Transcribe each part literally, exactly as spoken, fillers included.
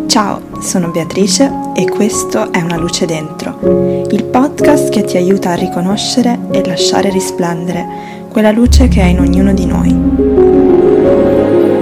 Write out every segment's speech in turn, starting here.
Ciao, sono Beatrice e questo è Una luce dentro, il podcast che ti aiuta a riconoscere e lasciare risplendere quella luce che è in ognuno di noi.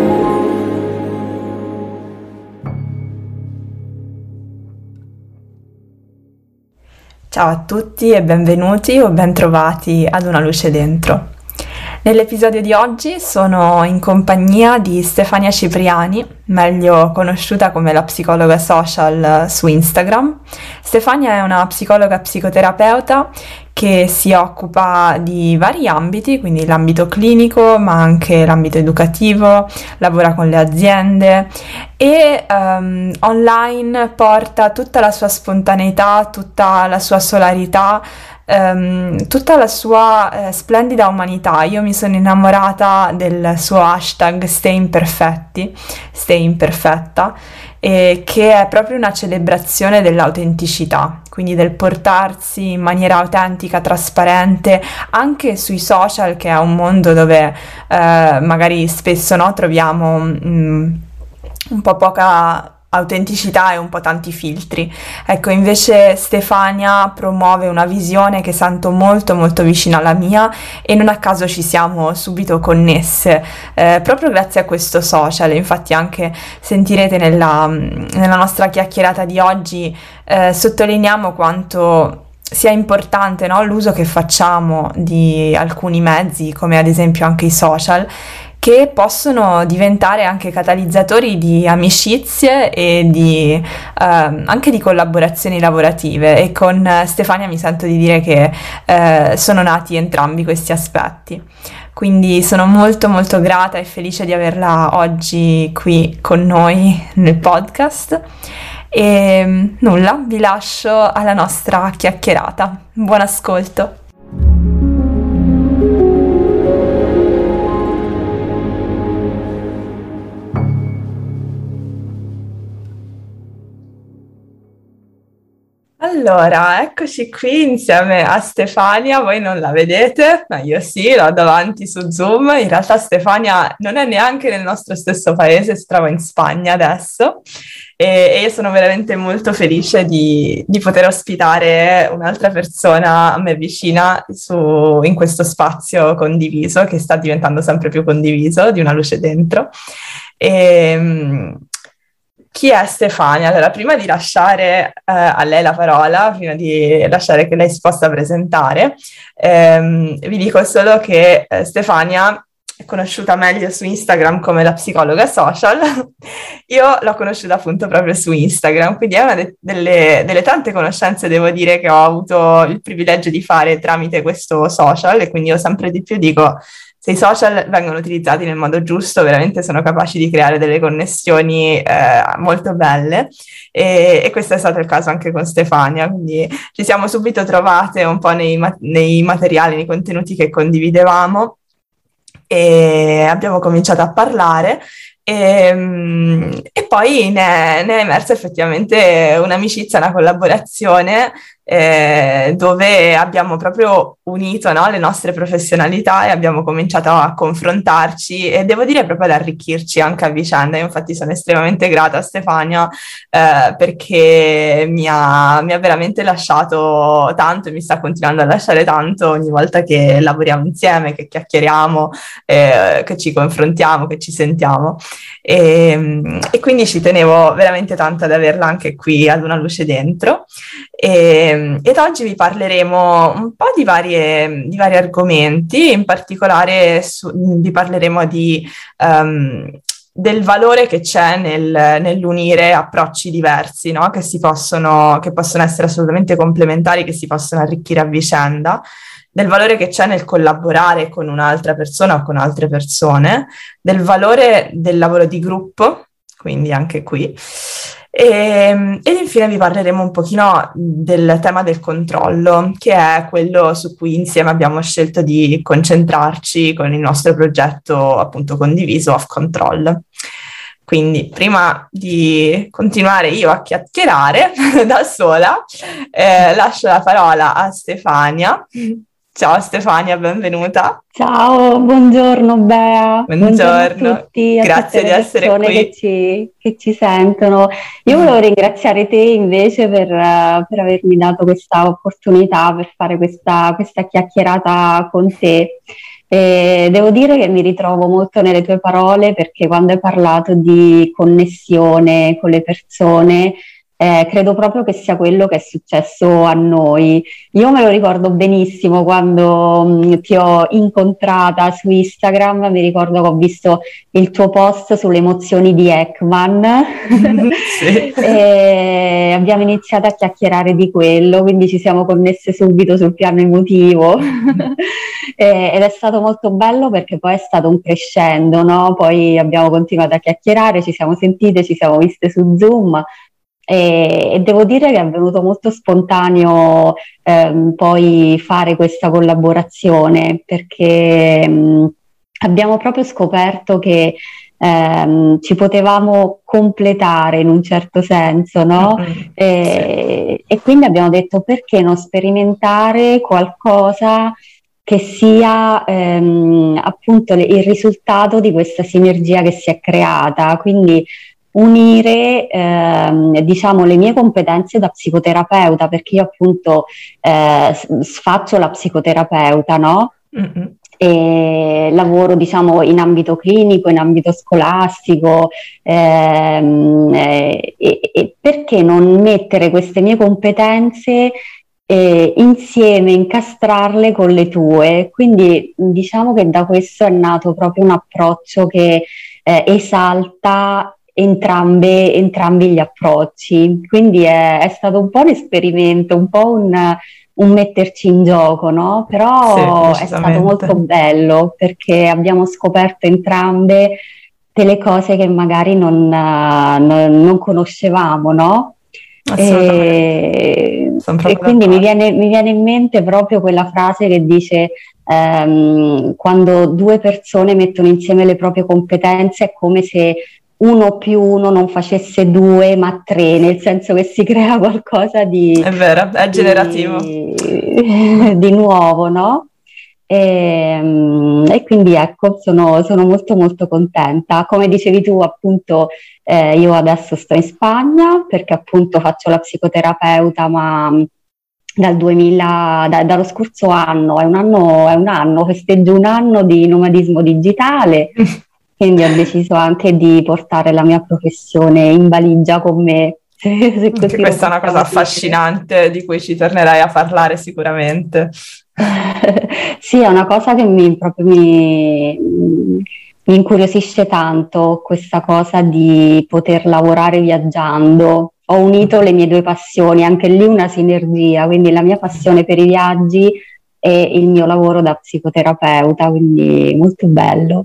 Ciao a tutti e benvenuti o bentrovati ad Una luce dentro. Nell'episodio di oggi sono in compagnia di Stefania Cipriani, meglio conosciuta come la psicologa social su Instagram. Stefania è una psicologa psicoterapeuta che si occupa di vari ambiti, quindi l'ambito clinico, ma anche l'ambito educativo, lavora con le aziende e um, online porta tutta la sua spontaneità, tutta la sua solarità, Um, tutta la sua eh, splendida umanità. Io mi sono innamorata del suo hashtag Stay Imperfetti, Stay Imperfetta, e che è proprio una celebrazione dell'autenticità, quindi del portarsi in maniera autentica, trasparente, anche sui social, che è un mondo dove eh, magari spesso no, troviamo mh, un po' poca autenticità e un po' tanti filtri. Ecco, invece Stefania promuove una visione che sento molto molto vicina alla mia e non a caso ci siamo subito connesse eh, proprio grazie a questo social. Infatti anche sentirete nella, nella nostra chiacchierata di oggi eh, sottolineiamo quanto sia importante, no, l'uso che facciamo di alcuni mezzi, come ad esempio anche i social, che possono diventare anche catalizzatori di amicizie e di, eh, anche di collaborazioni lavorative, e con Stefania mi sento di dire che eh, sono nati entrambi questi aspetti. Quindi sono molto molto grata e felice di averla oggi qui con noi nel podcast e nulla, vi lascio alla nostra chiacchierata. Buon ascolto! Allora, eccoci qui insieme a Stefania. Voi non la vedete, ma io sì, l'ho davanti su Zoom. In realtà Stefania non è neanche nel nostro stesso paese, si trova in Spagna adesso e, e io sono veramente molto felice di, di poter ospitare un'altra persona a me vicina su, in questo spazio condiviso, che sta diventando sempre più condiviso, di Una luce dentro. E, Chi è Stefania? Allora, prima di lasciare eh, a lei la parola, prima di lasciare che lei si possa presentare, ehm, vi dico solo che eh, Stefania è conosciuta meglio su Instagram come la psicologa social. Io l'ho conosciuta appunto proprio su Instagram, quindi è una de- delle, delle tante conoscenze, devo dire, che ho avuto il privilegio di fare tramite questo social, e quindi io sempre di più dico: se i social vengono utilizzati nel modo giusto, veramente sono capaci di creare delle connessioni eh, molto belle, e, e questo è stato il caso anche con Stefania, quindi ci siamo subito trovate un po' nei, nei materiali, nei contenuti che condividevamo, e abbiamo cominciato a parlare. E, e poi ne è, ne è emersa effettivamente un'amicizia, una collaborazione eh, dove abbiamo proprio unito, no, le nostre professionalità e abbiamo cominciato a confrontarci, e devo dire proprio ad arricchirci anche a vicenda. Io infatti sono estremamente grata a Stefania eh, perché mi ha, mi ha veramente lasciato tanto e mi sta continuando a lasciare tanto ogni volta che lavoriamo insieme, che chiacchieriamo, eh, che ci confrontiamo, che ci sentiamo. E, e quindi ci tenevo veramente tanto ad averla anche qui ad Una luce dentro, e, ed oggi vi parleremo un po' di varie, di vari argomenti. In particolare su, vi parleremo di um, del valore che c'è nel, nell'unire approcci diversi, no? Che si possono, che possono essere assolutamente complementari, che si possono arricchire a vicenda, del valore che c'è nel collaborare con un'altra persona o con altre persone, del valore del lavoro di gruppo, quindi anche qui, e, ed infine vi parleremo un pochino del tema del controllo, che è quello su cui insieme abbiamo scelto di concentrarci con il nostro progetto appunto condiviso Off Control. Quindi prima di continuare io a chiacchierare da sola, eh, lascio la parola a Stefania. Ciao Stefania, benvenuta. Ciao, buongiorno Bea, buongiorno a Buongiorno, tutti, a tutte grazie di le essere persone che qui. ci, che ci sentono. Io volevo ringraziare te invece per, eh, per avermi dato questa opportunità per fare questa, questa chiacchierata con te. E devo dire che mi ritrovo molto nelle tue parole perché quando hai parlato di connessione con le persone, eh, credo proprio che sia quello che è successo a noi. Io me lo ricordo benissimo quando mh, ti ho incontrata su Instagram, mi ricordo che ho visto il tuo post sulle emozioni di Ekman Sì. e abbiamo iniziato a chiacchierare di quello, quindi ci siamo connesse subito sul piano emotivo. E- ed è stato molto bello perché poi è stato un crescendo, no? Poi abbiamo continuato a chiacchierare, ci siamo sentite, ci siamo viste su Zoom. E, e devo dire che è venuto molto spontaneo ehm, poi fare questa collaborazione perché mh, abbiamo proprio scoperto che ehm, ci potevamo completare in un certo senso, no? Mm-mm. Sì. E, e quindi abbiamo detto perché non sperimentare qualcosa che sia ehm, appunto le- il risultato di questa sinergia che si è creata. Quindi unire ehm, diciamo le mie competenze da psicoterapeuta, perché io appunto eh, s- faccio la psicoterapeuta, no? Mm-mm. E lavoro diciamo in ambito clinico, in ambito scolastico, ehm, eh, e, e perché non mettere queste mie competenze eh, insieme, incastrarle con le tue? Quindi diciamo che da questo è nato proprio un approccio che eh, esalta entrambe, entrambi gli approcci. Quindi è, è stato un po' un esperimento, un po' un, un metterci in gioco, no? Sì, Però è stato molto decisamente. bello perché abbiamo scoperto entrambe delle cose che magari non, eh, non- non conoscevamo, no? Assolutamente. E, Sono e proprio quindi mi d'accordo. viene, mi viene in mente proprio quella frase che dice ehm, quando due persone mettono insieme le proprie competenze è come se uno più uno non facesse due ma tre, nel senso che si crea qualcosa di, È vero, è generativo. di, di nuovo, no? E, mm, e quindi ecco, sono, sono molto molto contenta. Come dicevi tu, appunto, eh, io adesso sto in Spagna perché appunto faccio la psicoterapeuta, ma mh, dal duemila, da- dallo scorso anno, è un anno, è un anno, festeggio un anno di nomadismo digitale, quindi ho deciso anche di portare la mia professione in valigia con me, se, se Che così lo questa è una cosa possiamo dire. affascinante di cui ci tornerai a parlare sicuramente. Sì, è una cosa che mi, proprio mi, mi incuriosisce tanto, questa cosa di poter lavorare viaggiando. Ho unito le mie due passioni, anche lì una sinergia, quindi la mia passione per i viaggi e il mio lavoro da psicoterapeuta, quindi molto bello.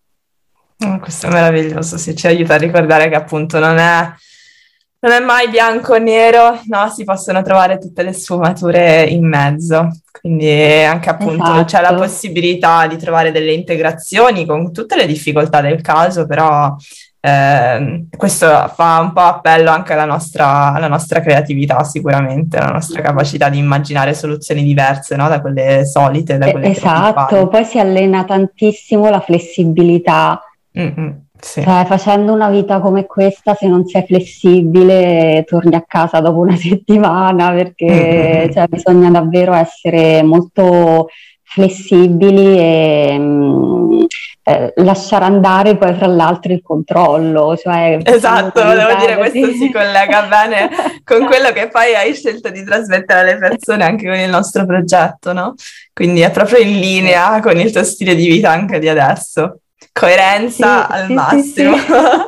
Oh, questo è meraviglioso, sì, ci aiuta a ricordare che appunto non è, non è mai bianco o nero, no, si possono trovare tutte le sfumature in mezzo, quindi anche appunto c'è la Esatto. possibilità di trovare delle integrazioni con tutte le difficoltà del caso, però ehm, questo fa un po' appello anche alla nostra, alla nostra creatività sicuramente, alla nostra capacità di immaginare soluzioni diverse, no, da quelle solite, da E- quelle più Esatto, abituali. poi si allena tantissimo la flessibilità. Mm, mm, sì. Cioè, facendo una vita come questa, se non sei flessibile, torni a casa dopo una settimana Mm, mm, perché mm. cioè, bisogna davvero essere molto flessibili e mh, eh, lasciare andare poi fra l'altro il controllo, cioè facendo Esatto, una devo vita dire, questo si così. collega bene con quello che poi hai scelto di trasmettere alle persone anche con il nostro progetto, no? Quindi è proprio in Sì. linea con il tuo stile di vita anche di adesso. Coerenza Sì, al sì, sì, sì. massimo.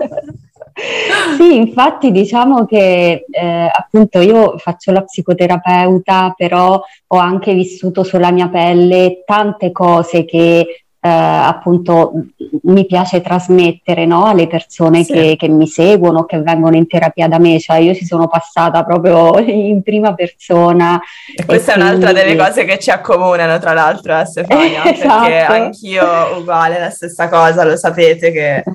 Sì, infatti diciamo che eh, appunto io faccio la psicoterapeuta, però ho anche vissuto sulla mia pelle tante cose che eh, appunto mi piace trasmettere, no, alle persone Sì. che, che mi seguono, che vengono in terapia da me, cioè io ci sono passata proprio in prima persona E e questa è un'altra delle quindi cose che ci accomunano, tra l'altro, eh, Stefania, perché esatto. anch'io uguale, la stessa cosa, lo sapete che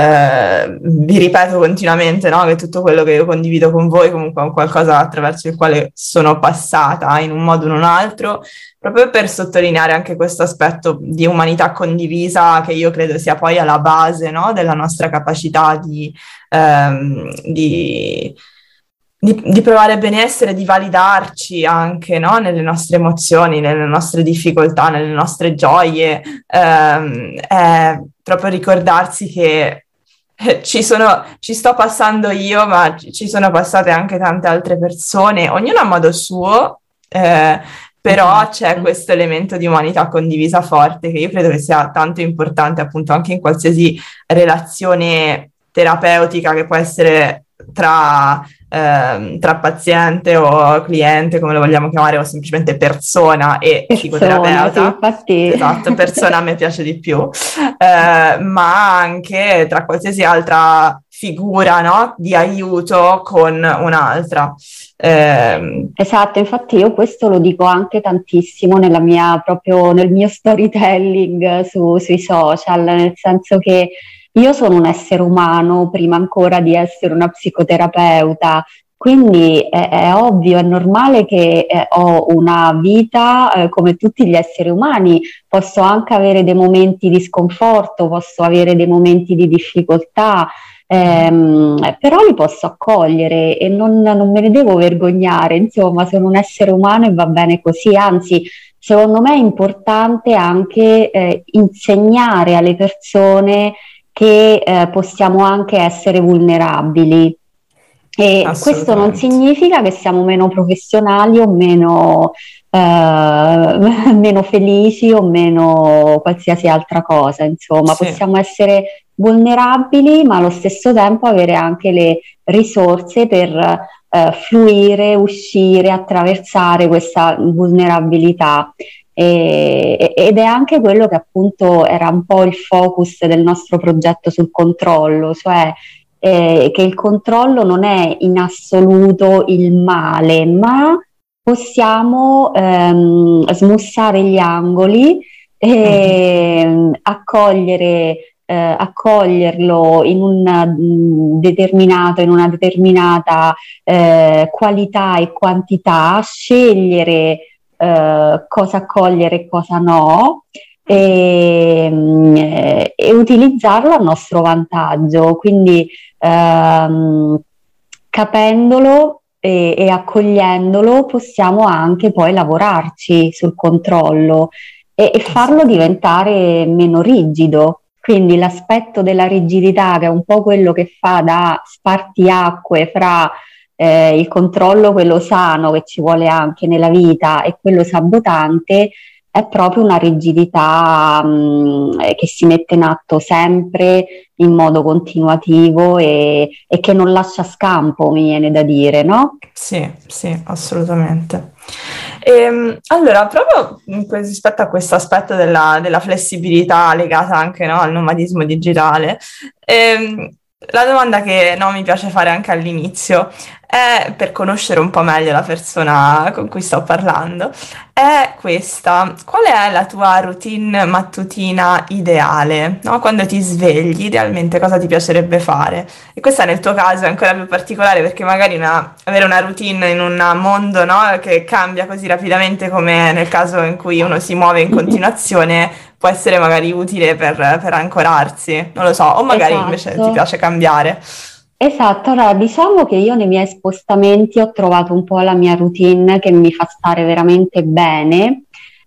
eh, vi ripeto continuamente, no? Che tutto quello che io condivido con voi comunque è un qualcosa attraverso il quale sono passata in un modo o in un altro, proprio per sottolineare anche questo aspetto di umanità condivisa che io credo sia poi alla base, no? Della nostra capacità di, ehm, di di, di provare benessere, di validarci anche, no? Nelle nostre emozioni, nelle nostre difficoltà, nelle nostre gioie, ehm, è proprio ricordarsi che eh, ci sono, ci sto passando io, ma ci ci sono passate anche tante altre persone, ognuno a modo suo, eh, però c'è Esatto. questo elemento di umanità condivisa forte che io credo che sia tanto importante appunto anche in qualsiasi relazione terapeutica che può essere tra ehm, tra paziente o cliente, come lo vogliamo chiamare, o semplicemente persona e Persona, sì, psicoterapeuta. infatti. Esatto, persona a me piace di più, eh, ma anche tra qualsiasi altra figura, no, di aiuto con un'altra. Eh, Esatto, infatti io questo lo dico anche tantissimo nella mia, proprio nel mio storytelling su- sui social, nel senso che io sono un essere umano prima ancora di essere una psicoterapeuta, quindi è, è ovvio, è normale che eh, ho una vita eh, come tutti gli esseri umani, posso anche avere dei momenti di sconforto, posso avere dei momenti di difficoltà. Ehm, però li posso accogliere e non, non me ne devo vergognare, insomma, sono un essere umano e va bene così, anzi, secondo me è importante anche eh, insegnare alle persone che eh, possiamo anche essere vulnerabili. E questo non assolutamente. significa che siamo meno professionali o meno, eh, meno felici o meno qualsiasi altra cosa, insomma, Sì, possiamo essere vulnerabili, ma allo stesso tempo avere anche le risorse per eh, fluire, uscire, attraversare questa vulnerabilità. E- ed è anche quello che appunto era un po' il focus del nostro progetto sul controllo, cioè eh, che il controllo non è in assoluto il male, ma possiamo ehm, smussare gli angoli mhm, e mm, accogliere, eh, accoglierlo in un mm, determinato, in una determinata eh, qualità e quantità, scegliere eh, cosa accogliere e cosa no, e, mm, e utilizzarlo a nostro vantaggio. Quindi ehm, capendolo e, e accogliendolo possiamo anche poi lavorarci sul controllo e, e farlo assolutamente. diventare meno rigido. Quindi l'aspetto della rigidità, che è un po' quello che fa da spartiacque fra eh, il controllo, quello sano che ci vuole anche nella vita, e quello sabotante, è proprio una rigidità mh, che si mette in atto sempre in modo continuativo e, e che non lascia scampo, mi viene da dire, no? Sì, sì, assolutamente. Ehm, allora, proprio in que- rispetto a questo aspetto della, della flessibilità legata anche, no, al nomadismo digitale, ehm, la domanda che no, mi piace fare anche all'inizio è, per conoscere un po' meglio la persona con cui sto parlando, è questa: qual è la tua routine mattutina ideale? No? Quando ti svegli, idealmente cosa ti piacerebbe fare? E questa nel tuo caso è ancora più particolare perché magari una- avere una routine in un mondo, no, che cambia così rapidamente come nel caso in cui uno si muove in continuazione può essere magari utile per, per ancorarsi, non lo so, o magari invece ti Esatto. piace cambiare. Esatto, allora diciamo che io nei miei spostamenti ho trovato un po' la mia routine che mi fa stare veramente bene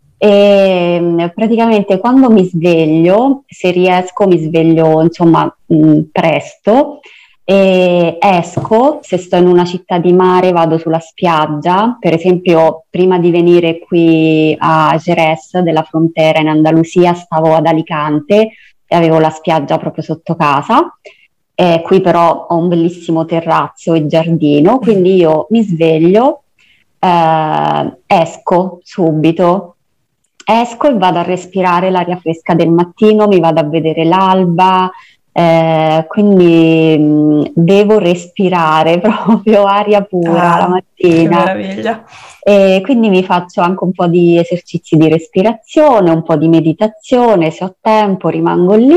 e mh, praticamente quando mi sveglio, se riesco mi sveglio insomma mh, presto e esco, se sto in una città di mare vado sulla spiaggia, per esempio prima di venire qui a Jerez della frontiera in Andalusia stavo ad Alicante e avevo la spiaggia proprio sotto casa. Eh, qui però ho un bellissimo terrazzo e giardino, quindi io mi sveglio, eh, esco subito, esco e vado a respirare l'aria fresca del mattino, mi vado a vedere l'alba, eh, quindi mh, devo respirare proprio aria pura la Ah, che mattina. meraviglia. E quindi mi faccio anche un po' di esercizi di respirazione, un po' di meditazione, se ho tempo rimango lì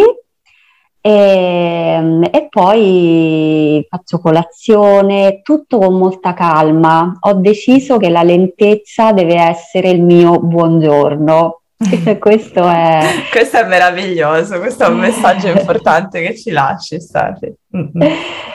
e, e poi faccio colazione, tutto con molta calma. Ho deciso che la lentezza deve essere il mio buongiorno. E questo è... Questo è meraviglioso, questo è un messaggio importante che ci lasci, Stati. Mm-mm.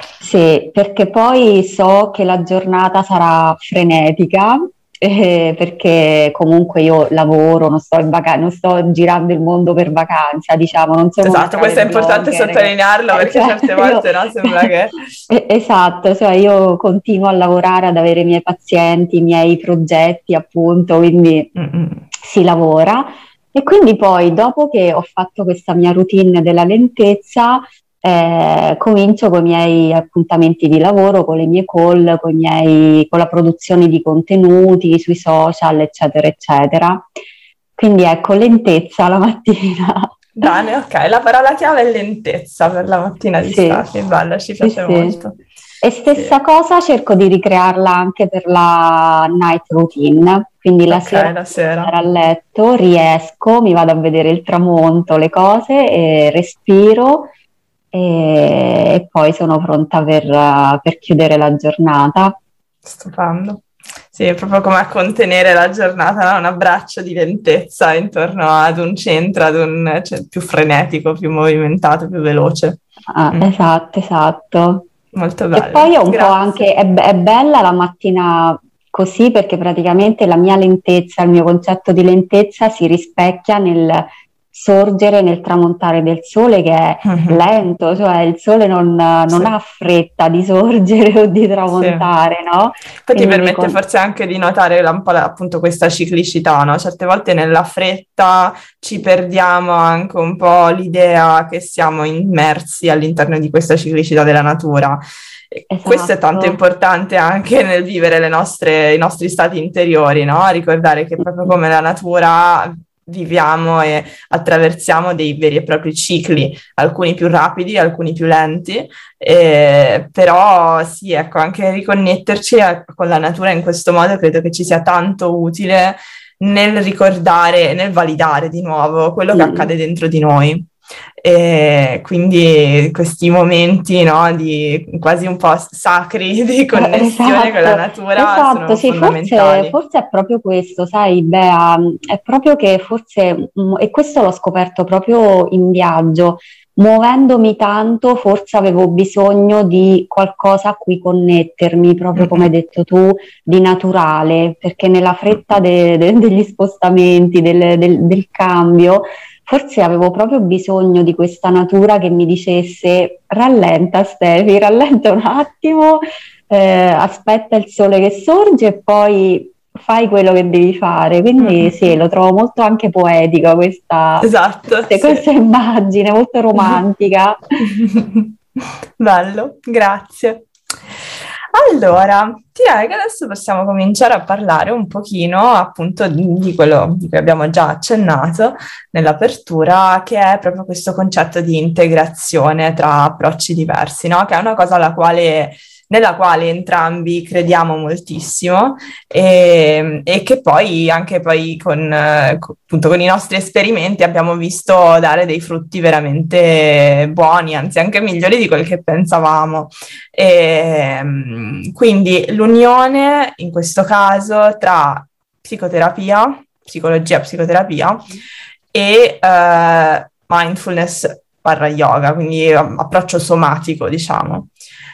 Sì, perché poi so che la giornata sarà frenetica, eh, perché comunque io lavoro, non sto in vacanza, non sto girando il mondo per vacanza, diciamo, non sono una Esatto, questo è travel importante blogger che- sottolinearlo eh, perché cioè, certe io- volte no, sembra che... Eh, esatto, cioè io continuo a lavorare, ad avere i miei pazienti, i miei progetti, appunto, quindi Mm-mm. si lavora. E quindi poi, dopo che ho fatto questa mia routine della lentezza, eh, comincio con i miei appuntamenti di lavoro, con le mie call, con i miei- con la produzione di contenuti sui social, eccetera, eccetera. Quindi ecco, lentezza la mattina. Bene, ok, la parola chiave è lentezza per la mattina di Sì, Stati, bella, ci sì, piace sì. molto. E Sì. stessa cosa cerco di ricrearla anche per la night routine, quindi la Ok, sera la prima di sera. andare a letto riesco, mi vado a vedere il tramonto, le cose, e respiro e, e poi sono pronta per, eh, per chiudere la giornata. Stupendo. Sì, è proprio come a contenere la giornata, no? Un abbraccio di lentezza intorno ad un centro, ad un, cioè, più frenetico, più movimentato, più veloce. Ah, Mm, esatto, esatto. molto E bello. poi è un po' Grazie. anche, è, be- è bella la mattina così perché praticamente la mia lentezza, il mio concetto di lentezza si rispecchia nel sorgere, nel tramontare del sole che è Mhm. lento, cioè il sole non, non Sì. ha fretta di sorgere o di Sì. tramontare, no? Poi ti Quindi mi permette con- forse anche di notare la- un po' la- appunto questa ciclicità, no? Certe volte nella fretta ci perdiamo anche un po' l'idea che siamo immersi all'interno di questa ciclicità della natura. E questo è tanto Esatto. importante anche nel vivere le nostre- i nostri stati interiori, no? Ricordare che proprio come la natura viviamo e attraversiamo dei veri e propri cicli, alcuni più rapidi, alcuni più lenti. Eh, però sì, ecco, anche riconnetterci a- con la natura in questo modo credo che ci sia tanto utile nel ricordare, nel validare di nuovo quello che Mm. accade dentro di noi. E quindi questi momenti, no, di quasi un po' sacri di Eh, connessione con la Esatto, natura esatto, sono sì, forse, fondamentali. forse è proprio questo, sai, Bea, è proprio che forse, mm, e questo l'ho scoperto proprio in viaggio, muovendomi tanto, forse avevo bisogno di qualcosa a cui connettermi, proprio come hai Mm-mm. detto tu, di naturale, perché nella fretta de- de- degli spostamenti, del, del del cambio, forse avevo proprio bisogno di questa natura che mi dicesse rallenta Stefi, rallenta un attimo, eh, aspetta il sole che sorge e poi fai quello che devi fare. Quindi sì, Mm-mm. lo trovo molto anche poetica questa, Esatto, queste- sì. questa immagine, molto romantica. Bello, grazie. Allora, direi che adesso possiamo cominciare a parlare un pochino appunto di di quello di cui abbiamo già accennato nell'apertura, che è proprio questo concetto di integrazione tra approcci diversi, no? Che è una cosa alla quale, nella quale entrambi crediamo moltissimo e, e che poi anche poi con, eh, co- appunto, con i nostri esperimenti abbiamo visto dare dei frutti veramente buoni, anzi anche migliori di quel che pensavamo. E, mm, quindi l'unione in questo caso tra psicoterapia, psicologia, psicoterapia e eh, mindfulness barra yoga, quindi eh, approccio somatico, diciamo.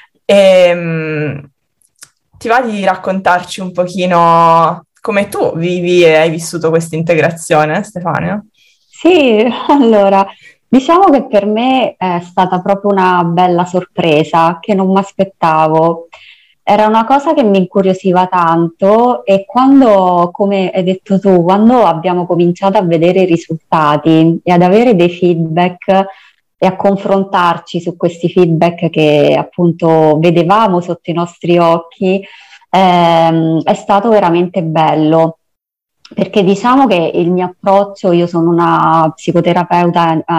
E, ti va di raccontarci un pochino come tu vivi e hai vissuto questa integrazione, Stefania? Sì, allora, diciamo che per me è stata proprio una bella sorpresa che non mi aspettavo. Era una cosa che mi incuriosiva tanto e quando, come hai detto tu, quando abbiamo cominciato a vedere i risultati e ad avere dei feedback e a confrontarci su questi feedback che appunto vedevamo sotto i nostri occhi, ehm, è stato veramente bello. perché diciamo che il mio approccio, io sono una psicoterapeuta a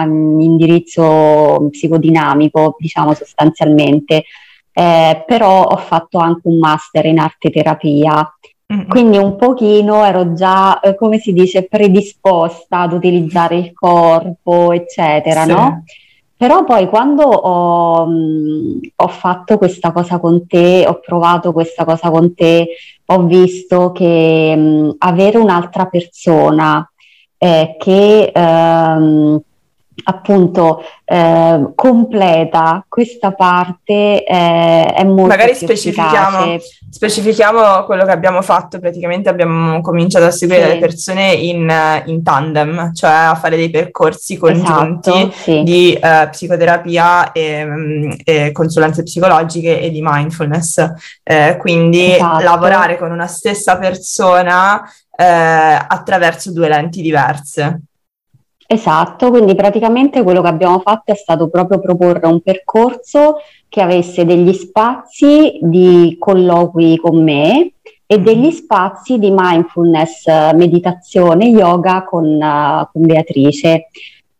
indirizzo psicodinamico, diciamo sostanzialmente, eh, però ho fatto anche un master in arte terapia, Mm. quindi un pochino ero già, eh, come si dice, predisposta ad utilizzare il corpo, eccetera, Sì, no? Però poi quando ho, mh, ho fatto questa cosa con te, ho provato questa cosa con te, ho visto che mh, avere un'altra persona eh, che ehm, appunto eh, completa questa parte eh, è molto magari più specifichiamo, efficace. specifichiamo quello che abbiamo fatto. Praticamente abbiamo cominciato a seguire delle Sì, persone in, in tandem, cioè a fare dei percorsi esatto, congiunti sì, di eh, psicoterapia e, mm, e consulenze psicologiche e di mindfulness. Eh, quindi esatto. lavorare con una stessa persona eh, attraverso due lenti diverse. Esatto, quindi praticamente quello che abbiamo fatto è stato proprio proporre un percorso che avesse degli spazi di colloqui con me e degli Mm. spazi di mindfulness, eh, meditazione, yoga con, eh, con Beatrice.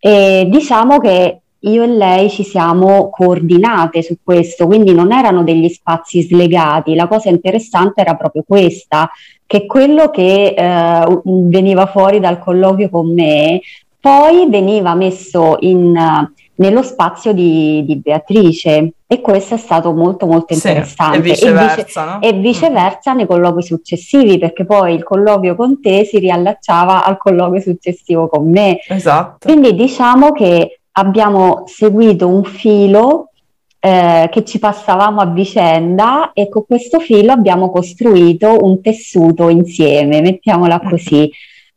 E diciamo che io e lei ci siamo coordinate su questo, quindi non erano degli spazi slegati. La cosa interessante era proprio questa, che quello che eh, veniva fuori dal colloquio con me poi veniva messo in, eh, nello spazio di, di Beatrice e questo è stato molto molto Sì, e interessante e, vice- viceversa, no? e Mm. viceversa nei colloqui successivi perché poi il colloquio con te si riallacciava al colloquio successivo con me. Esatto. Quindi diciamo che abbiamo seguito un filo eh, che ci passavamo a vicenda e con questo filo abbiamo costruito un tessuto insieme, mettiamola Mm. così.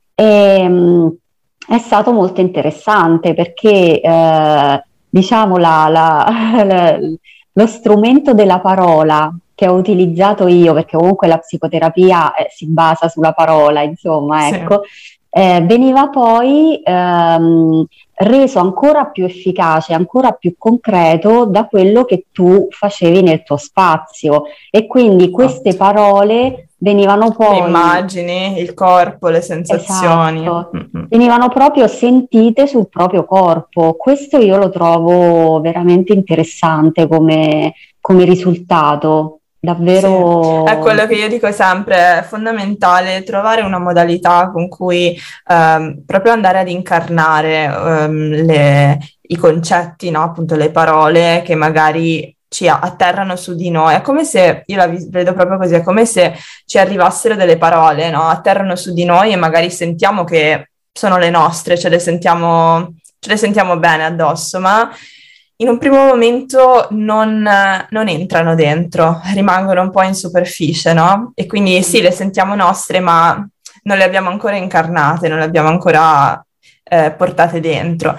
E, mh, è stato molto interessante perché eh, diciamo la- la- la- lo strumento della parola che ho utilizzato io, perché comunque la psicoterapia eh, si basa sulla parola, insomma, Sì. ecco, eh, veniva poi ehm, reso ancora più efficace, ancora più concreto da quello che tu facevi nel tuo spazio. E quindi queste Esatto. parole venivano Le poi, immagini, il corpo, le sensazioni. esatto, Mm-mm. venivano proprio sentite sul proprio corpo. Questo io lo trovo veramente interessante come, come risultato, Sì, è davvero. quello che io dico sempre, è fondamentale trovare una modalità con cui ehm, proprio andare ad incarnare ehm, le- i concetti, no? Appunto le parole che magari ci a- atterrano su di noi. È come se, io la vis- vedo proprio così, è come se ci arrivassero delle parole, no? Atterrano su di noi e magari sentiamo che sono le nostre, ce le sentiamo, ce le sentiamo bene addosso, ma in un primo momento non, non entrano dentro, rimangono un po' in superficie, no? E quindi sì, le sentiamo nostre, ma non le abbiamo ancora incarnate, non le abbiamo ancora eh, portate dentro.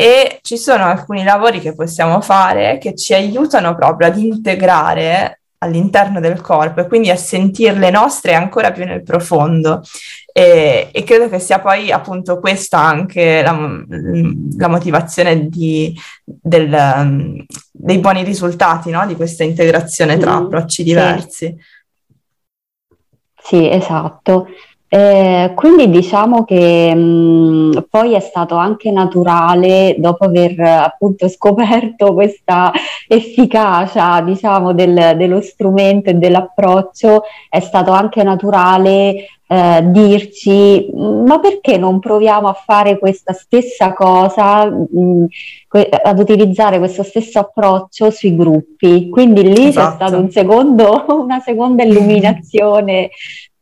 E ci sono alcuni lavori che possiamo fare che ci aiutano proprio ad integrare all'interno del corpo e quindi a sentirle nostre ancora più nel profondo. E, e credo che sia poi appunto questa anche la, la motivazione di, del, um, dei buoni risultati, no? Di questa integrazione tra Mm, approcci sì. diversi. Sì, esatto. Eh, quindi diciamo che mh, poi è stato anche naturale, dopo aver eh, appunto scoperto questa efficacia, diciamo, del- dello strumento e dell'approccio, è stato anche naturale eh, dirci, "Mm, ma perché non proviamo a fare questa stessa cosa, mh, que- ad utilizzare questo stesso approccio sui gruppi?" Quindi lì c'è stato un Esatto. secondo, una seconda illuminazione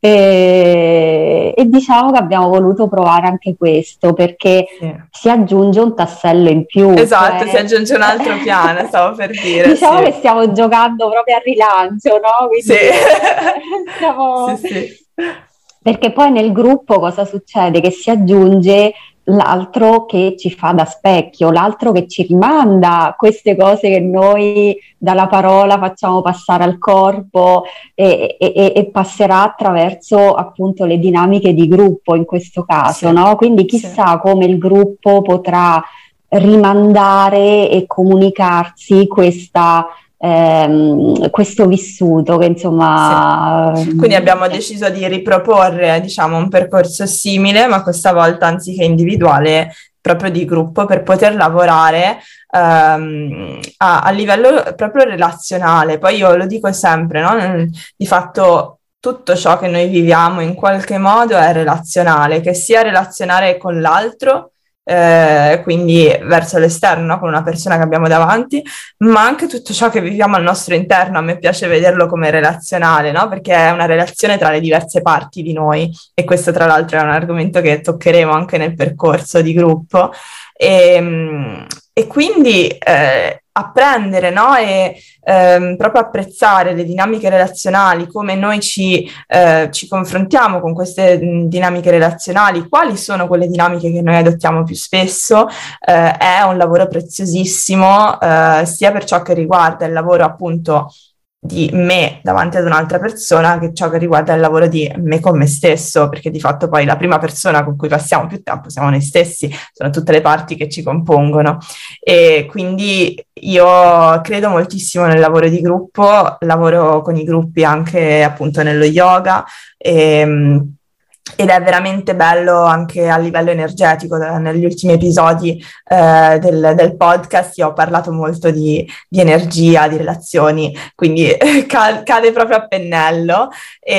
e, e diciamo che abbiamo voluto provare anche questo perché Sì. si aggiunge un tassello in più, Esatto, si cioè aggiunge un altro piano, stavo per dire, diciamo che sì. stiamo giocando proprio a rilancio, no? Sì. Quindi Sì, stiamo... sì. Perché poi nel gruppo cosa succede? Che si aggiunge l'altro che ci fa da specchio, l'altro che ci rimanda queste cose che noi dalla parola facciamo passare al corpo e, e- e passerà attraverso appunto le dinamiche di gruppo in questo Sì, caso, no? Quindi sì. chissà come il gruppo potrà rimandare e comunicarsi questa ehm, questo vissuto che insomma... Sì. Quindi abbiamo deciso di riproporre, diciamo, un percorso simile, ma questa volta anziché individuale, proprio di gruppo, per poter lavorare ehm, a, a livello proprio relazionale. Poi io lo dico sempre, no? Di fatto tutto ciò che noi viviamo in qualche modo è relazionale, che sia relazionare con l'altro, eh, quindi verso l'esterno, no? Con una persona che abbiamo davanti, ma anche tutto ciò che viviamo al nostro interno. A me piace vederlo come relazionale, no? Perché è una relazione tra le diverse parti di noi, e questo tra l'altro è un argomento che toccheremo anche nel percorso di gruppo. E, e quindi eh, apprendere, no? E ehm, proprio apprezzare le dinamiche relazionali, come noi ci, eh, ci confrontiamo con queste mh, dinamiche relazionali, quali sono quelle dinamiche che noi adottiamo più spesso, eh, è un lavoro preziosissimo, eh, sia per ciò che riguarda il lavoro appunto di me davanti ad un'altra persona, che ciò che riguarda il lavoro di me con me stesso, perché di fatto poi la prima persona con cui passiamo più tempo siamo noi stessi, sono tutte le parti che ci compongono. E quindi io credo moltissimo nel lavoro di gruppo, lavoro con i gruppi anche appunto nello yoga, e, ed è veramente bello anche a livello energetico. Negli ultimi episodi eh, del, del podcast io ho parlato molto di, di energia, di relazioni, quindi cade proprio a pennello.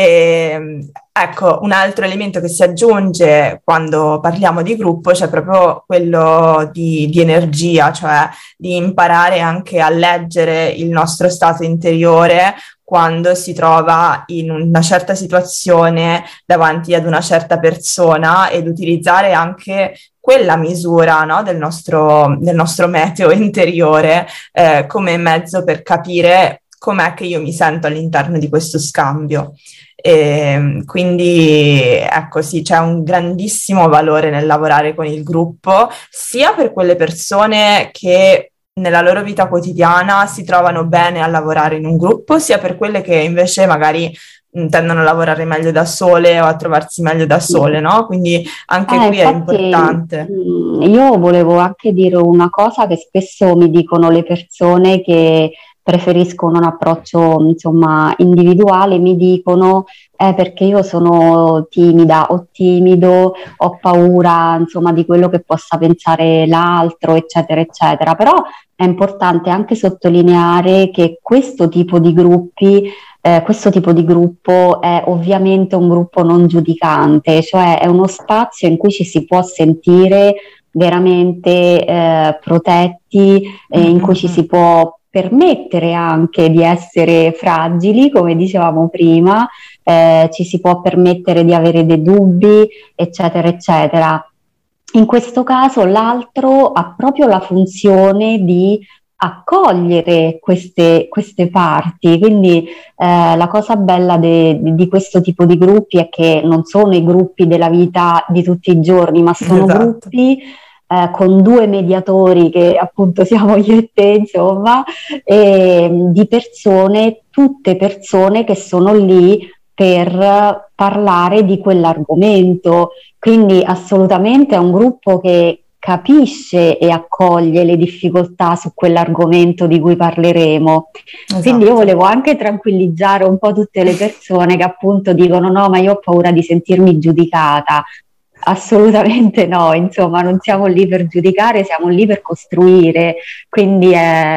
E ecco, un altro elemento che si aggiunge quando parliamo di gruppo c'è proprio quello di, di energia, cioè di imparare anche a leggere il nostro stato interiore quando si trova in una certa situazione davanti ad una certa persona, ed utilizzare anche quella misura, no, del nostro, del nostro meteo interiore eh, come mezzo per capire com'è che io mi sento all'interno di questo scambio. E quindi ecco, sì, c'è un grandissimo valore nel lavorare con il gruppo, sia per quelle persone che nella loro vita quotidiana si trovano bene a lavorare in un gruppo, sia per quelle che invece magari mh, tendono a lavorare meglio da sole o a trovarsi meglio da sole, no? Quindi anche Eh, qui è infatti, importante. mh, io volevo anche dire una cosa che spesso mi dicono le persone che preferiscono un approccio, insomma, individuale, mi dicono eh, perché io sono timida o timido, ho paura, insomma, di quello che possa pensare l'altro, eccetera, eccetera. Però è importante anche sottolineare che questo tipo di gruppi Eh, questo tipo di gruppo è ovviamente un gruppo non giudicante, cioè è uno spazio in cui ci si può sentire veramente eh, protetti, eh, in cui ci si può permettere anche di essere fragili, come dicevamo prima, eh, ci si può permettere di avere dei dubbi, eccetera, eccetera. In questo caso l'altro ha proprio la funzione di accogliere queste, queste parti, quindi eh, la cosa bella de, di questo tipo di gruppi è che non sono i gruppi della vita di tutti i giorni, ma sono Esatto. gruppi eh, con due mediatori che appunto siamo io e te, insomma, e, di persone, tutte persone che sono lì per parlare di quell'argomento, quindi assolutamente è un gruppo che capisce e accoglie le difficoltà su quell'argomento di cui parleremo. Esatto. Quindi io volevo anche tranquillizzare un po' tutte le persone che appunto dicono no, ma io ho paura di sentirmi giudicata. Assolutamente no, insomma, non siamo lì per giudicare, siamo lì per costruire, quindi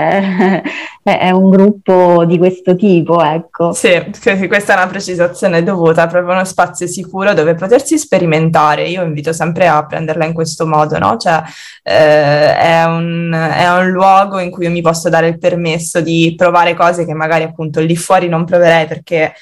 è, è un gruppo di questo tipo, ecco. Sì, questa è una precisazione dovuta, è proprio uno spazio sicuro dove potersi sperimentare. Io invito sempre a prenderla in questo modo, no? Cioè eh, è un, è un luogo in cui io mi posso dare il permesso di provare cose che magari appunto lì fuori non proverei, perché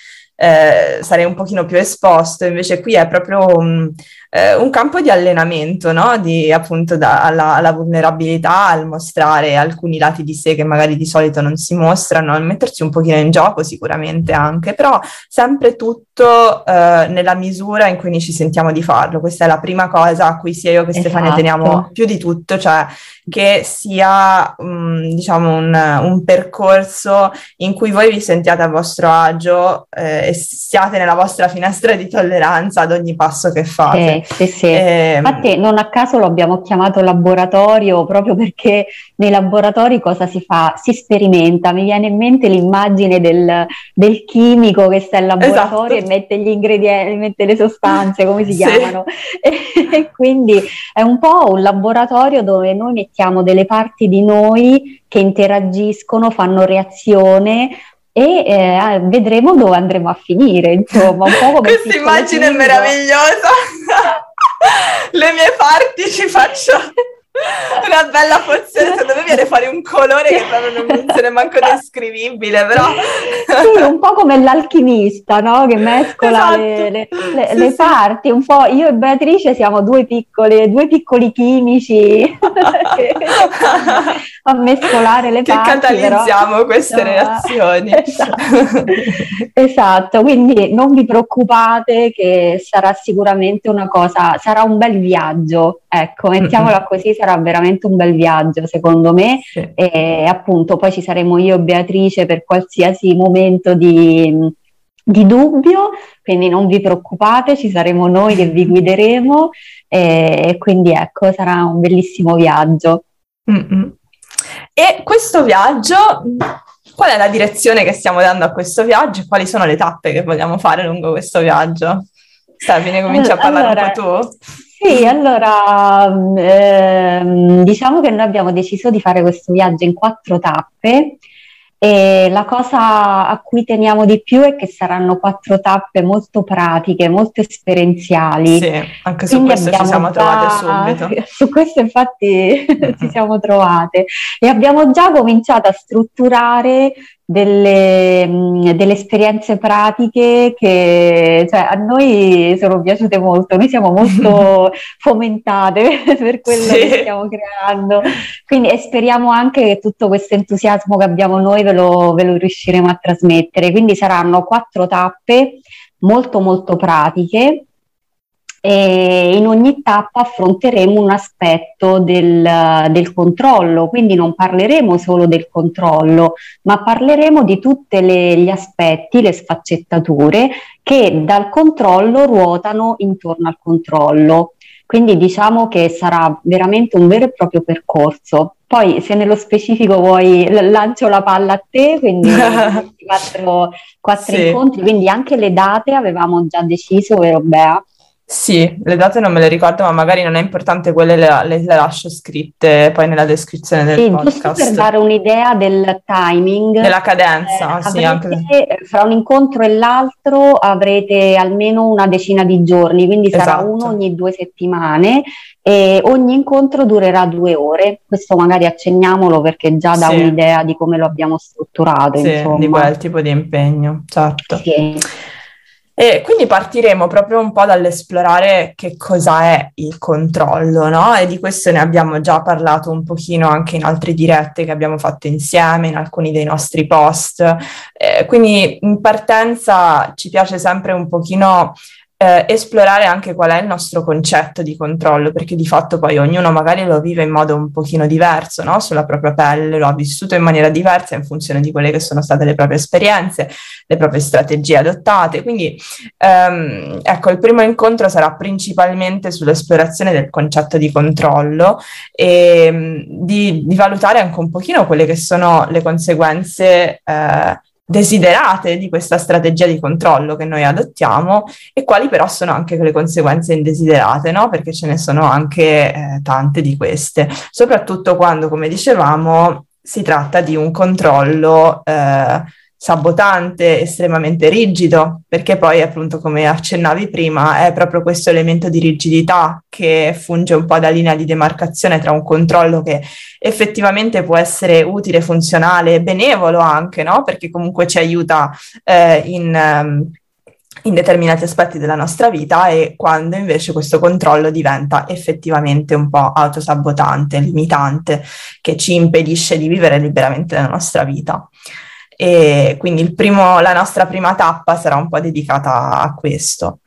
eh, sarei un pochino più esposto. Invece qui è proprio un, eh, un campo di allenamento, no? Di appunto da, alla, alla vulnerabilità, al mostrare alcuni lati di sé che magari di solito non si mostrano, al metterci un pochino in gioco sicuramente anche, però sempre tutto eh, nella misura in cui noi ci sentiamo di farlo. Questa è la prima cosa a cui sia io che Stefania Esatto. teniamo più di tutto, cioè che sia um, diciamo un, un percorso in cui voi vi sentiate a vostro agio eh, e siate nella vostra finestra di tolleranza ad ogni passo che fate. Sì. Sì, sì, sì. E... Infatti non a caso lo abbiamo chiamato laboratorio, proprio perché nei laboratori cosa si fa? Si sperimenta. Mi viene in mente l'immagine del, del chimico che sta in laboratorio Esatto. e mette gli ingredienti, mette le sostanze, come si Sì. chiamano. E, e quindi è un po' un laboratorio dove noi mettiamo delle parti di noi che interagiscono, fanno reazione, e eh, vedremo dove andremo a finire, insomma, un po' come questa immagine è meravigliosa. Le mie parti ci faccio una bella pozione, secondo me viene fuori un colore che proprio non, non se n'è manco descrivibile, però sì, un po' come l'alchimista, no? Che mescola esatto. le, le, le, sì, le sì. parti, un po'. Io e Beatrice siamo due piccole, due piccoli chimici che, a mescolare le che parti, catalizziamo però, queste no, reazioni. Esatto. Esatto, quindi non vi preoccupate che sarà sicuramente una cosa, sarà un bel viaggio, ecco, mettiamola così, sarà veramente un bel viaggio secondo me. Sì. E appunto poi ci saremo io e Beatrice per qualsiasi momento di, di dubbio, quindi non vi preoccupate, ci saremo noi che vi guideremo, e quindi ecco, sarà un bellissimo viaggio. Mm-mm. E questo viaggio, qual è la direzione che stiamo dando a questo viaggio e quali sono le tappe che vogliamo fare lungo questo viaggio? Stefi, ne cominci a parlare allora, un po' tu? Sì, allora ehm, diciamo che noi abbiamo deciso di fare questo viaggio in quattro tappe, e la cosa a cui teniamo di più è che saranno quattro tappe molto pratiche, molto esperienziali. Sì, anche su Quindi questo ci siamo già, trovate subito. Su questo infatti Mm-hmm. ci siamo trovate e abbiamo già cominciato a strutturare delle, mh, delle esperienze pratiche che, cioè, a noi sono piaciute molto, noi siamo molto fomentate per quello Sì. che stiamo creando, quindi e speriamo anche che tutto questo entusiasmo che abbiamo noi ve lo, ve lo riusciremo a trasmettere. Quindi saranno quattro tappe molto molto pratiche, e in ogni tappa affronteremo un aspetto del, del controllo, quindi non parleremo solo del controllo, ma parleremo di tutti gli aspetti, le sfaccettature che dal controllo ruotano intorno al controllo. Quindi diciamo che sarà veramente un vero e proprio percorso. Poi se nello specifico vuoi lancio la palla a te, quindi quattro, quattro sì. incontri, quindi anche le date avevamo già deciso, vero Bea? Sì, le date non me le ricordo, ma magari non è importante, quelle le, le, le lascio scritte poi nella descrizione del sì, podcast. Giusto per dare un'idea del timing. Della cadenza, eh, sì, avrete, anche... fra un incontro e l'altro avrete almeno una decina di giorni, quindi sarà esatto. uno ogni due settimane e ogni incontro durerà due ore. Questo magari accenniamolo perché già dà sì. un'idea di come lo abbiamo strutturato, sì, insomma. di quel tipo di impegno, certo. Sì. E quindi partiremo proprio un po' dall'esplorare che cosa è il controllo, no? E di questo ne abbiamo già parlato un pochino anche in altre dirette che abbiamo fatto insieme, in alcuni dei nostri post. Eh, quindi in partenza ci piace sempre un pochino eh, esplorare anche qual è il nostro concetto di controllo, perché di fatto poi ognuno magari lo vive in modo un pochino diverso, no? Sulla propria pelle, lo ha vissuto in maniera diversa in funzione di quelle che sono state le proprie esperienze, le proprie strategie adottate. Quindi ehm, ecco, il primo incontro sarà principalmente sull'esplorazione del concetto di controllo e mh, di, di valutare anche un pochino quelle che sono le conseguenze eh, desiderate di questa strategia di controllo che noi adottiamo e quali però sono anche le conseguenze indesiderate, no? Perché ce ne sono anche eh, tante di queste, soprattutto quando, come dicevamo, si tratta di un controllo eh, sabotante, estremamente rigido, perché poi appunto, come accennavi prima, è proprio questo elemento di rigidità che funge un po' da linea di demarcazione tra un controllo che effettivamente può essere utile, funzionale, benevolo anche, no? Perché comunque ci aiuta eh, in... Um, in determinati aspetti della nostra vita, e quando invece questo controllo diventa effettivamente un po' autosabotante, limitante, che ci impedisce di vivere liberamente la nostra vita. E quindi il primo, la nostra prima tappa sarà un po' dedicata a questo.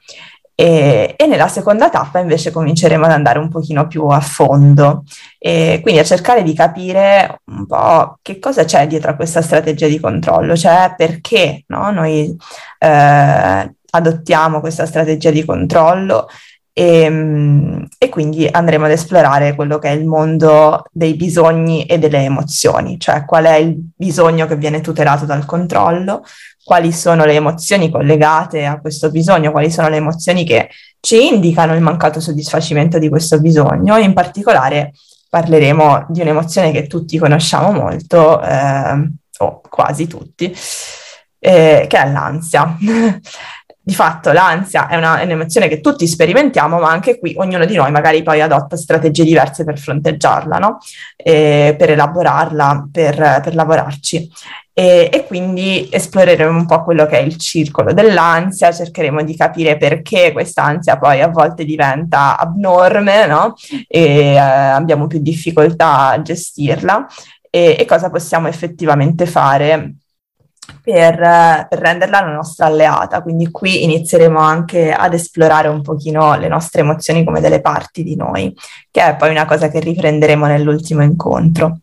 E, e nella seconda tappa invece cominceremo ad andare un pochino più a fondo, e quindi a cercare di capire un po' che cosa c'è dietro a questa strategia di controllo, cioè perché, no? Noi eh, adottiamo questa strategia di controllo E, mm, e quindi andremo ad esplorare quello che è il mondo dei bisogni e delle emozioni, cioè qual è il bisogno che viene tutelato dal controllo, quali sono le emozioni collegate a questo bisogno, quali sono le emozioni che ci indicano il mancato soddisfacimento di questo bisogno, e in particolare parleremo di un'emozione che tutti conosciamo molto, eh, o quasi tutti, eh, che è l'ansia. Di fatto l'ansia è, una, è un'emozione che tutti sperimentiamo, ma anche qui ognuno di noi magari poi adotta strategie diverse per fronteggiarla, no? E per elaborarla, per, per lavorarci. E, e quindi esploreremo un po' quello che è il circolo dell'ansia, cercheremo di capire perché questa ansia poi a volte diventa abnorme, no? E eh, abbiamo più difficoltà a gestirla, e, e cosa possiamo effettivamente fare per, per renderla la nostra alleata. Quindi qui inizieremo anche ad esplorare un pochino le nostre emozioni come delle parti di noi, che è poi una cosa che riprenderemo nell'ultimo incontro.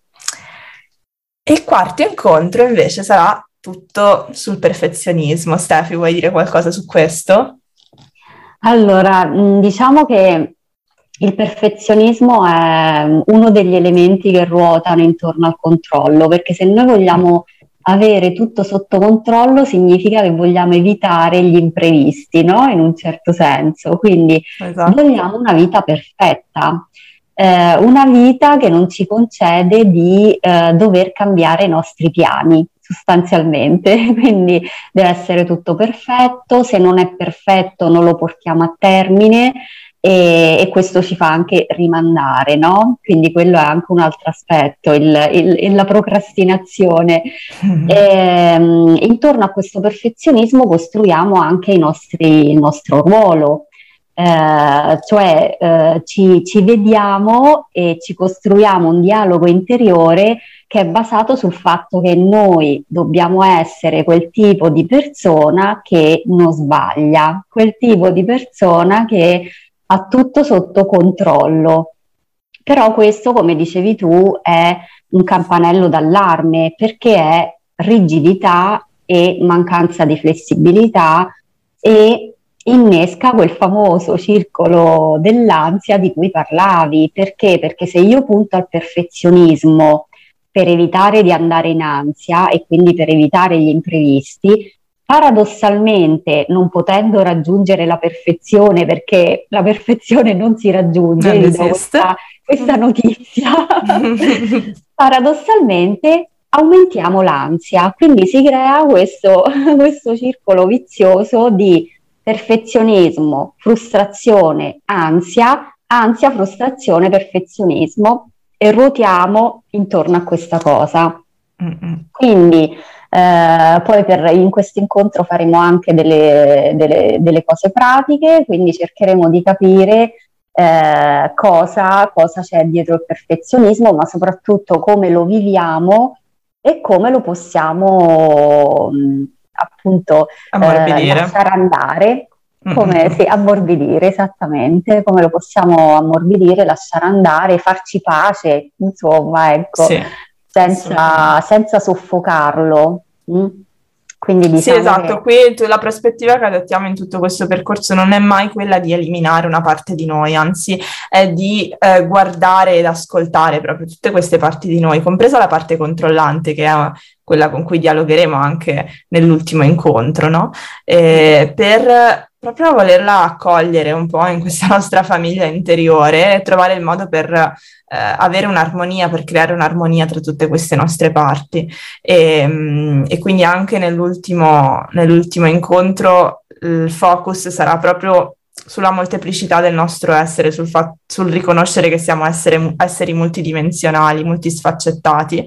E il quarto incontro invece sarà tutto sul perfezionismo. Stefi, vuoi dire qualcosa su questo? Allora, diciamo che il perfezionismo è uno degli elementi che ruotano intorno al controllo, perché se noi vogliamo avere tutto sotto controllo significa che vogliamo evitare gli imprevisti, no? In un certo senso. Quindi esatto. Vogliamo una vita perfetta. Eh, una vita che non ci concede di eh, dover cambiare i nostri piani, sostanzialmente, quindi deve essere tutto perfetto, se non è perfetto non lo portiamo a termine, e, e questo ci fa anche rimandare, no? Quindi quello è anche un altro aspetto, il, il, la procrastinazione. Mm-hmm. E, intorno a questo perfezionismo costruiamo anche i nostri, il nostro ruolo. Eh, cioè eh, ci, ci vediamo e ci costruiamo un dialogo interiore che è basato sul fatto che noi dobbiamo essere quel tipo di persona che non sbaglia, quel tipo di persona che ha tutto sotto controllo. Però questo, come dicevi tu, è un campanello d'allarme, perché è rigidità e mancanza di flessibilità, e innesca quel famoso circolo dell'ansia di cui parlavi. Perché? Perché se io punto al perfezionismo per evitare di andare in ansia e quindi per evitare gli imprevisti, paradossalmente, non potendo raggiungere la perfezione, perché la perfezione non si raggiunge, vi do questa, questa notizia, paradossalmente aumentiamo l'ansia, quindi si crea questo, questo circolo vizioso di perfezionismo, frustrazione, ansia, ansia, frustrazione, perfezionismo, e ruotiamo intorno a questa cosa. Mm-mm. Quindi eh, poi per, in questo incontro faremo anche delle, delle, delle cose pratiche, quindi cercheremo di capire eh, cosa, cosa c'è dietro il perfezionismo, ma soprattutto come lo viviamo e come lo possiamo mh, appunto eh, lasciare andare, come mm-hmm. sì, ammorbidire, esattamente, come lo possiamo ammorbidire, lasciare andare, farci pace, insomma, ecco, sì, senza, senza soffocarlo. Mm? Quindi diciamo sì, esatto, che... qui tu, la prospettiva che adottiamo in tutto questo percorso non è mai quella di eliminare una parte di noi, anzi è di eh, guardare ed ascoltare proprio tutte queste parti di noi, compresa la parte controllante, che è quella con cui dialogheremo anche nell'ultimo incontro, no? Eh, per proprio volerla accogliere un po' in questa nostra famiglia interiore e trovare il modo per eh, avere un'armonia, per creare un'armonia tra tutte queste nostre parti. E, e quindi anche nell'ultimo, nell'ultimo incontro il focus sarà proprio sulla molteplicità del nostro essere, sul, fa- sul riconoscere che siamo essere, esseri multidimensionali, multisfaccettati,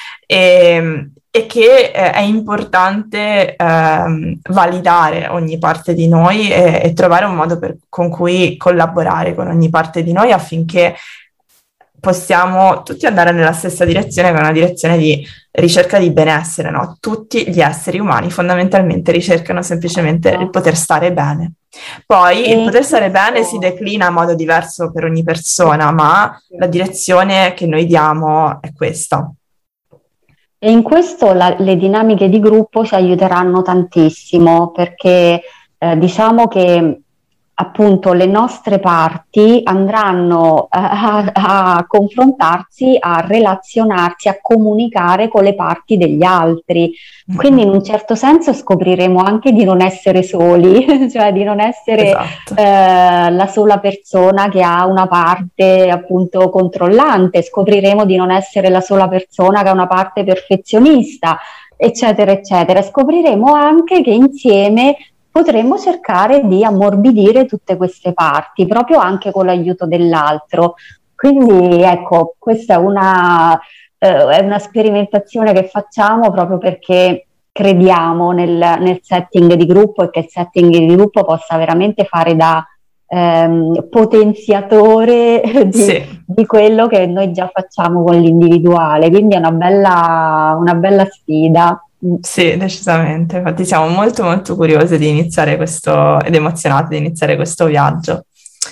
e, e che eh, è importante eh, validare ogni parte di noi e, e trovare un modo per, con cui collaborare con ogni parte di noi affinché possiamo tutti andare nella stessa direzione, che è una direzione di ricerca di benessere, no? Tutti gli esseri umani fondamentalmente ricercano semplicemente il poter stare bene. Poi e il poter stare questo... bene si declina in modo diverso per ogni persona, ma la direzione che noi diamo è questa. E in questo la, le dinamiche di gruppo ci aiuteranno tantissimo, perché eh, diciamo che appunto le nostre parti andranno a, a, a confrontarsi, a relazionarsi, a comunicare con le parti degli altri. Quindi in un certo senso scopriremo anche di non essere soli, cioè di non essere Esatto. eh, la sola persona che ha una parte appunto controllante, scopriremo di non essere la sola persona che ha una parte perfezionista, eccetera, eccetera. Scopriremo anche che insieme potremmo cercare di ammorbidire tutte queste parti, proprio anche con l'aiuto dell'altro. Quindi ecco, questa è una, eh, è una sperimentazione che facciamo proprio perché crediamo nel, nel setting di gruppo e che il setting di gruppo possa veramente fare da ehm, potenziatore di, Sì. di quello che noi già facciamo con l'individuale. Quindi è una bella, una bella sfida. Sì, decisamente. Infatti siamo molto molto curiose di iniziare questo ed emozionate di iniziare questo viaggio.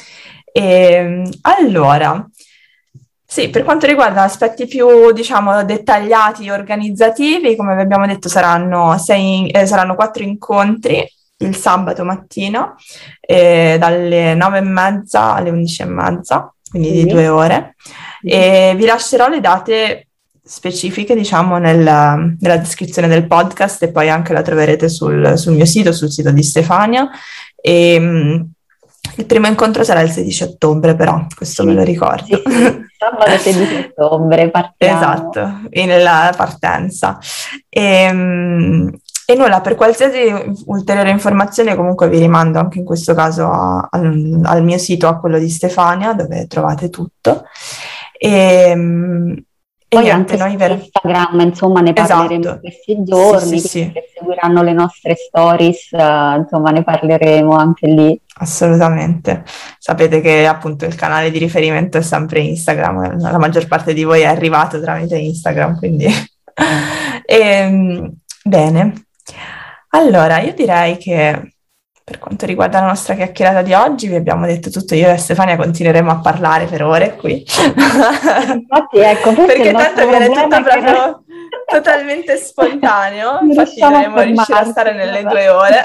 E, allora, sì, per quanto riguarda aspetti più, diciamo, dettagliati e organizzativi, come vi abbiamo detto, saranno, sei, eh, saranno quattro incontri il sabato mattina, eh, dalle nove e mezza alle undici e mezza, quindi di Sì. due ore. E vi lascerò le date specifiche, diciamo, nella, nella descrizione del podcast e poi anche la troverete sul, sul mio sito, sul sito di Stefania. E, mh, il primo incontro sarà il sedici ottobre, però, questo Sì, me lo ricordo. sì, sì. Sabato sedici ottobre partiamo. Esatto, nella partenza. E, mh, e nulla, per qualsiasi ulteriore informazione comunque vi rimando anche in questo caso a, al, al mio sito, a quello di Stefania, dove trovate tutto. E, mh, E Poi niente, anche noi su ver- Instagram, insomma, ne parleremo Esatto. in questi giorni, Sì, sì, quindi sì, se seguiranno le nostre stories, eh, insomma, ne parleremo anche lì. assolutamente. Sapete che appunto il canale di riferimento è sempre Instagram, la maggior parte di voi è arrivato tramite Instagram, quindi Ehm, bene. Allora, io direi che per quanto riguarda la nostra chiacchierata di oggi, vi abbiamo detto tutto. Io e Stefania continueremo a parlare per ore qui. Infatti, ecco, forse Perché il tanto nostro viene problema tutto è che proprio totalmente spontaneo, non infatti riusciamo a dovremmo riuscire a stare fermarci. nelle due ore.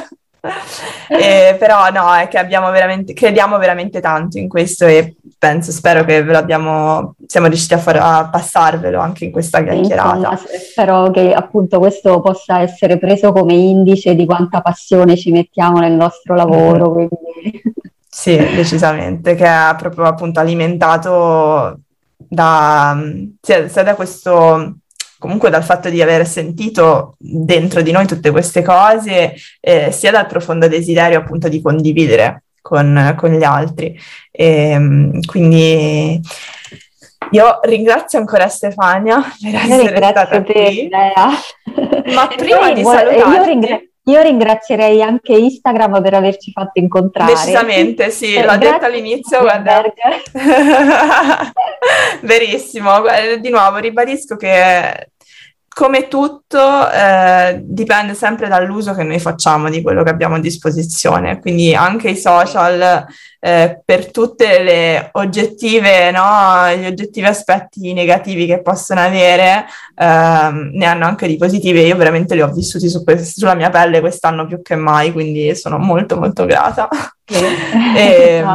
Eh, però no, è che abbiamo veramente, crediamo veramente tanto in questo e penso, spero che ve lo abbiamo, siamo riusciti a, far, a passarvelo anche in questa E, insomma, chiacchierata. spero che appunto questo possa essere preso come indice di quanta passione ci mettiamo nel nostro lavoro. Mm-hmm. Quindi... Sì, decisamente, che è proprio appunto alimentato da, sia, sia da questo, comunque dal fatto di aver sentito dentro di noi tutte queste cose, eh, sia dal profondo desiderio appunto di condividere con, con gli altri. E, quindi io ringrazio ancora Stefania per Io essere ringrazio stata te, qui. Lea. Ma E prima poi di vuole- e io, salutarti... ringra- io ringrazierei anche Instagram per averci fatto incontrare. Decisamente, sì, Eh, l'ho detto grazie all'inizio, guarda. Zuckerberg. Verissimo, Gu- di nuovo ribadisco che come tutto eh, dipende sempre dall'uso che noi facciamo di quello che abbiamo a disposizione, quindi anche i social eh, per tutte le oggettive, no, gli oggettivi aspetti negativi che possono avere, ehm, ne hanno anche di positivi e io veramente li ho vissuti su que- sulla mia pelle quest'anno più che mai, quindi sono molto molto grata. Sì. E,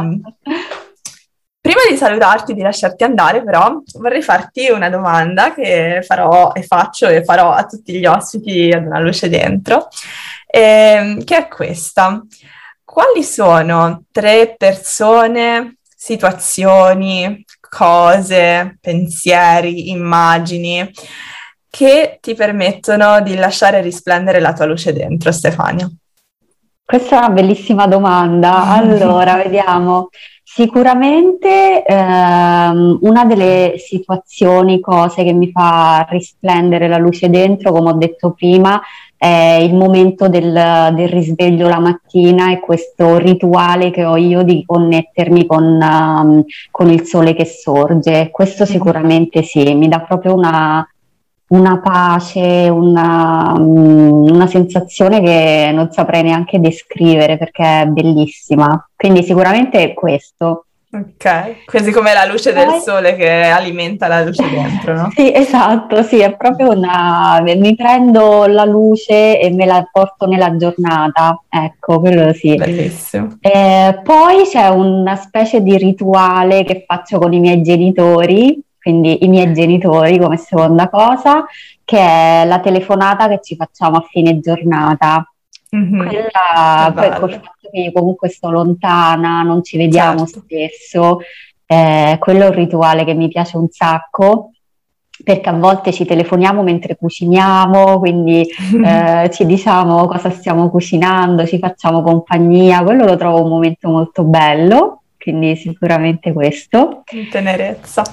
prima di salutarti, di lasciarti andare, però, vorrei farti una domanda che farò e faccio e farò a tutti gli ospiti ad Una Luce Dentro, ehm, che è questa. Quali sono tre persone, situazioni, cose, pensieri, immagini che ti permettono di lasciare risplendere la tua luce dentro, Stefania? Questa è una bellissima domanda. Allora, vediamo. Sicuramente ehm, una delle situazioni, cose che mi fa risplendere la luce dentro, come ho detto prima, è il momento del, del risveglio la mattina e questo rituale che ho io di connettermi con, um, con il sole che sorge. Questo sicuramente sì, mi dà proprio una una pace, una, una sensazione che non saprei neanche descrivere perché è bellissima. Quindi sicuramente è questo. Ok, quasi come la luce del Poi, sole che alimenta la luce dentro, no? sì, esatto, sì, è proprio una... mi prendo la luce e me la porto nella giornata, ecco, quello sì. Bellissimo. Eh, poi c'è una specie di rituale che faccio con i miei genitori, quindi i miei genitori come seconda cosa, che è la telefonata che ci facciamo a fine giornata. Mhm. Che Quella, poi col bello, fatto che io comunque sto lontana, non ci vediamo certo. spesso, eh, quello è un rituale che mi piace un sacco, perché a volte ci telefoniamo mentre cuciniamo, quindi eh, ci diciamo cosa stiamo cucinando, ci facciamo compagnia, quello lo trovo un momento molto bello, quindi sicuramente questo. In tenerezza.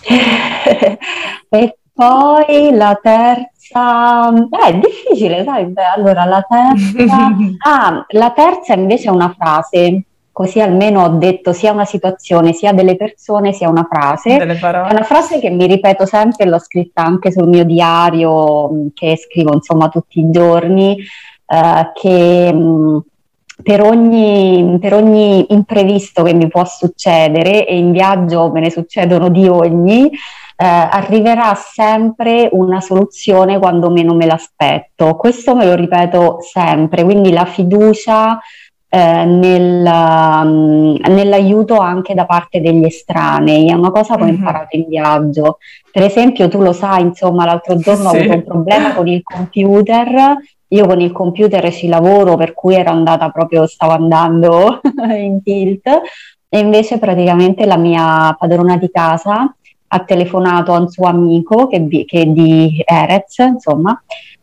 E poi la terza, eh, è difficile, sai? Beh, allora la terza, ah, la terza invece è una frase, così almeno ho detto sia una situazione, sia delle persone, sia una frase. Delle È una parole. frase che mi ripeto sempre, l'ho scritta anche sul mio diario, mh, che scrivo insomma tutti i giorni, eh, che mh, per ogni, per ogni imprevisto che mi può succedere, e in viaggio me ne succedono di ogni, eh, arriverà sempre una soluzione quando meno me l'aspetto. Questo me lo ripeto sempre, quindi la fiducia eh, nel, um, nell'aiuto anche da parte degli estranei, è una cosa che ho Mhm. imparato in viaggio. Per esempio, tu lo sai, insomma, l'altro giorno ho avuto un Sì. problema con il computer. Io con il computer ci lavoro, per cui ero andata proprio, stavo andando in tilt, e invece praticamente la mia padrona di casa ha telefonato a un suo amico che, vi- che è di Erez, insomma,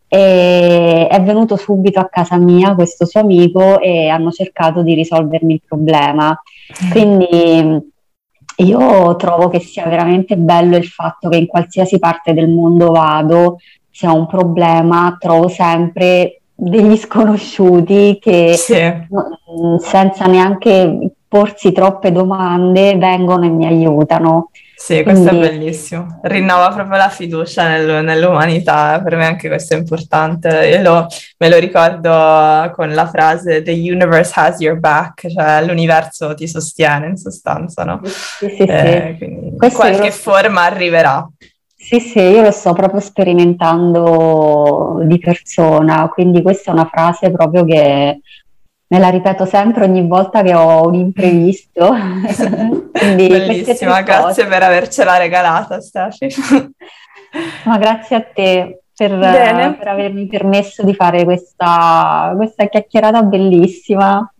e è venuto subito a casa mia questo suo amico e hanno cercato di risolvermi il problema. Quindi io trovo che sia veramente bello il fatto che in qualsiasi parte del mondo vado, se ho un problema, trovo sempre degli sconosciuti che Sì, no- senza neanche porsi troppe domande vengono e mi aiutano. sì, questo è Quindi bellissimo. Rinnova proprio la fiducia nel- nell'umanità, per me anche questo è importante. Io lo- me lo ricordo con la frase The universe has your back, cioè l'universo ti sostiene in sostanza, no? sì, sì, sì. Eh, quindi in Questo io lo qualche sto, forma arriverà. sì, sì, io lo sto proprio sperimentando di persona, quindi questa è una frase proprio che me la ripeto sempre ogni volta che ho un imprevisto. Quindi queste tre Bellissima, grazie cose. per avercela regalata, Stefi. Ma grazie a te per, Bene. per avermi permesso di fare questa, questa chiacchierata bellissima.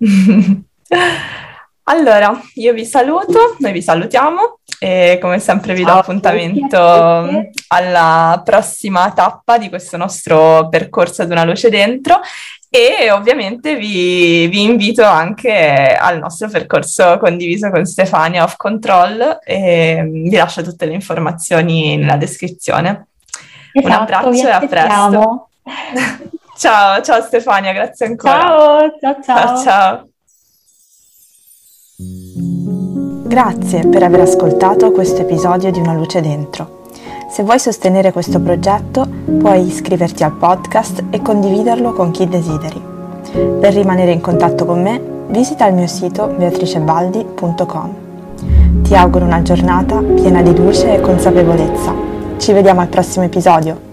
Allora, io vi saluto, noi vi salutiamo e come sempre vi do Ciao a tutti e a appuntamento tutte. alla prossima tappa di questo nostro percorso ad una luce dentro e ovviamente vi, vi invito anche al nostro percorso condiviso con Stefania Off Control e vi lascio tutte le informazioni nella descrizione. Un Esatto, vi abbraccio e a presto. aspettiamo. Ciao, ciao Stefania, grazie ancora. Ciao, ciao, Ciao ciao. ciao. Grazie per aver ascoltato questo episodio di Una luce dentro. Se vuoi sostenere questo progetto, puoi iscriverti al podcast e condividerlo con chi desideri. Per rimanere in contatto con me, visita il mio sito beatricebaldi punto com. Ti auguro una giornata piena di luce e consapevolezza. Ci vediamo al prossimo episodio.